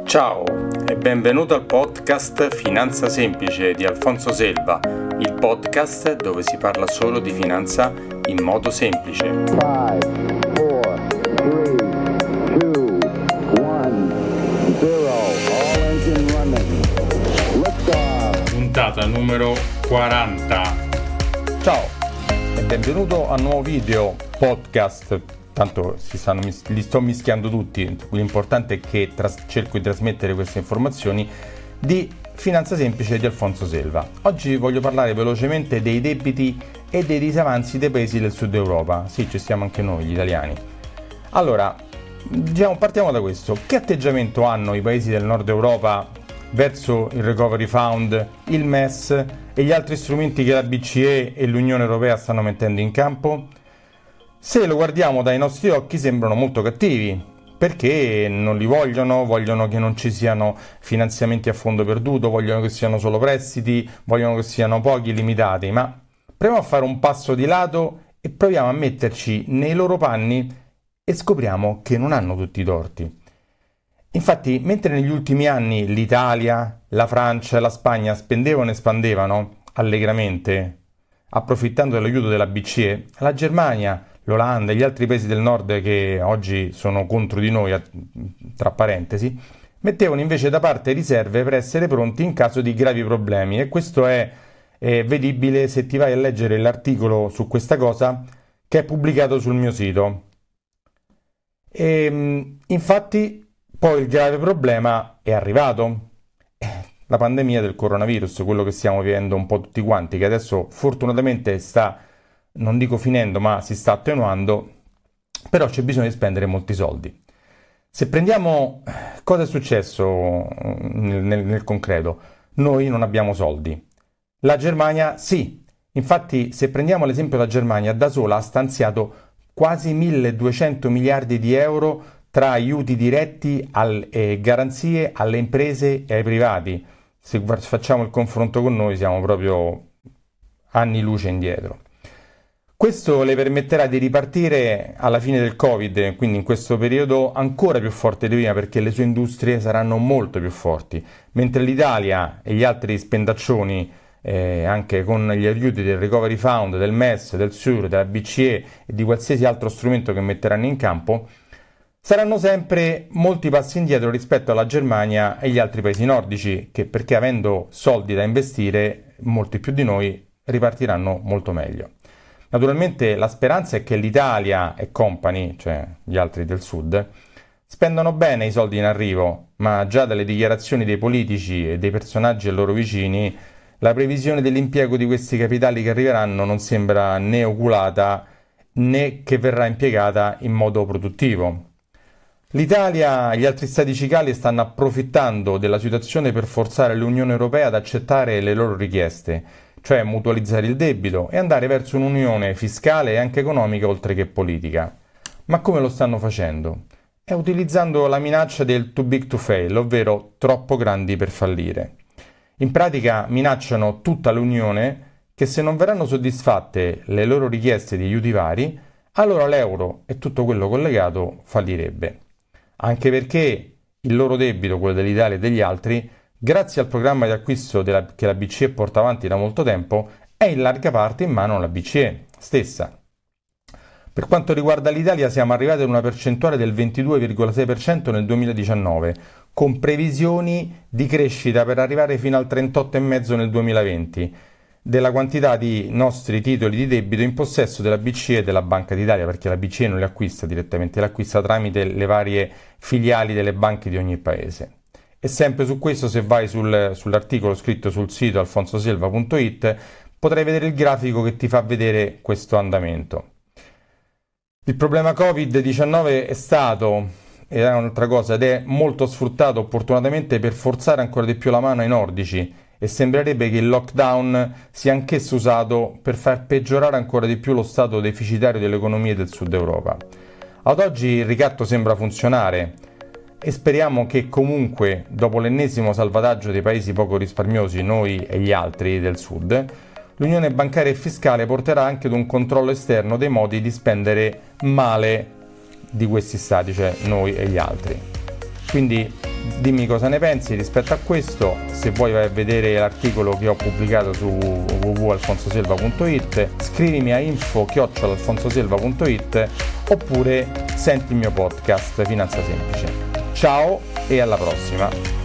Ciao e benvenuto al podcast Finanza Semplice di Alfonso Selva, il podcast dove si parla solo di finanza in modo semplice. 5, 4, 3, 2, 1, 0, all engine running. Liftoff. Puntata numero 40. Ciao e benvenuto a un nuovo video podcast. Tanto li sto mischiando tutti, l'importante è che cerco di trasmettere queste informazioni di Finanza Semplice di Alfonso Selva. Oggi voglio parlare velocemente dei debiti e dei disavanzi dei paesi del sud Europa. Sì, ci stiamo anche noi, gli italiani. Allora, partiamo da questo. Che atteggiamento hanno i paesi del nord Europa verso il Recovery Fund, il MES e gli altri strumenti che la BCE e l'Unione Europea stanno mettendo in campo? Se lo guardiamo dai nostri occhi sembrano molto cattivi, perché non li vogliono che non ci siano finanziamenti a fondo perduto, vogliono che siano solo prestiti, vogliono che siano pochi, limitati, ma proviamo a fare un passo di lato e proviamo a metterci nei loro panni e scopriamo che non hanno tutti i torti. Infatti, mentre negli ultimi anni l'Italia, la Francia e la Spagna spendevano e espandevano allegramente, approfittando dell'aiuto della BCE, la Germania, l'Olanda e gli altri paesi del nord che oggi sono contro di noi, tra parentesi, mettevano invece da parte riserve per essere pronti in caso di gravi problemi, e questo è vedibile se ti vai a leggere l'articolo su questa cosa che è pubblicato sul mio sito. Infatti poi il grave problema è arrivato, la pandemia del coronavirus, quello che stiamo vivendo un po' tutti quanti, che adesso fortunatamente sta, non dico finendo, ma si sta attenuando, però c'è bisogno di spendere molti soldi. Se prendiamo cosa è successo nel concreto, noi non abbiamo soldi. La Germania sì, infatti se prendiamo l'esempio della Germania, da sola ha stanziato quasi 1.200 miliardi di euro tra aiuti diretti e garanzie alle imprese e ai privati. Se facciamo il confronto con noi siamo proprio anni luce indietro. Questo le permetterà di ripartire alla fine del Covid, quindi in questo periodo ancora più forte di prima, perché le sue industrie saranno molto più forti, mentre l'Italia e gli altri spendaccioni, anche con gli aiuti del Recovery Fund, del MES, del SURE, della BCE e di qualsiasi altro strumento che metteranno in campo, saranno sempre molti passi indietro rispetto alla Germania e gli altri paesi nordici, che perché avendo soldi da investire, molti più di noi ripartiranno molto meglio. Naturalmente la speranza è che l'Italia e company, cioè gli altri del sud, spendano bene i soldi in arrivo, ma già dalle dichiarazioni dei politici e dei personaggi a loro vicini, la previsione dell'impiego di questi capitali che arriveranno non sembra né oculata né che verrà impiegata in modo produttivo. L'Italia e gli altri stati cicali stanno approfittando della situazione per forzare l'Unione Europea ad accettare le loro richieste, cioè mutualizzare il debito e andare verso un'unione fiscale e anche economica oltre che politica. Ma come lo stanno facendo? È utilizzando la minaccia del too big to fail, ovvero troppo grandi per fallire. In pratica minacciano tutta l'Unione che se non verranno soddisfatte le loro richieste di aiuti vari, allora l'euro e tutto quello collegato fallirebbe. Anche perché il loro debito, quello dell'Italia e degli altri, grazie al programma di acquisto che la BCE porta avanti da molto tempo, è in larga parte in mano alla BCE stessa. Per quanto riguarda l'Italia siamo arrivati ad una percentuale del 22,6% nel 2019, con previsioni di crescita per arrivare fino al 38,5% nel 2020, della quantità di nostri titoli di debito in possesso della BCE e della Banca d'Italia, perché la BCE non li acquista direttamente, li acquista tramite le varie filiali delle banche di ogni paese. E sempre su questo, se vai sull'articolo scritto sul sito alfonsoselva.it, potrai vedere il grafico che ti fa vedere questo andamento. Il problema Covid-19 è stato, ed è un'altra cosa, ed è molto sfruttato opportunamente per forzare ancora di più la mano ai nordici, e sembrerebbe che il lockdown sia anch'esso usato per far peggiorare ancora di più lo stato deficitario delle economie del sud Europa. Ad oggi il ricatto sembra funzionare, e speriamo che comunque, dopo l'ennesimo salvataggio dei paesi poco risparmiosi, noi e gli altri del sud, l'unione bancaria e fiscale porterà anche ad un controllo esterno dei modi di spendere male di questi stati, cioè noi e gli altri. Quindi Dimmi cosa ne pensi rispetto a questo. Se vuoi vai a vedere l'articolo che ho pubblicato su www.alfonsoselva.it, scrivimi a info@alfonsoselva.it oppure senti il mio podcast Finanza Semplice. Ciao e alla prossima!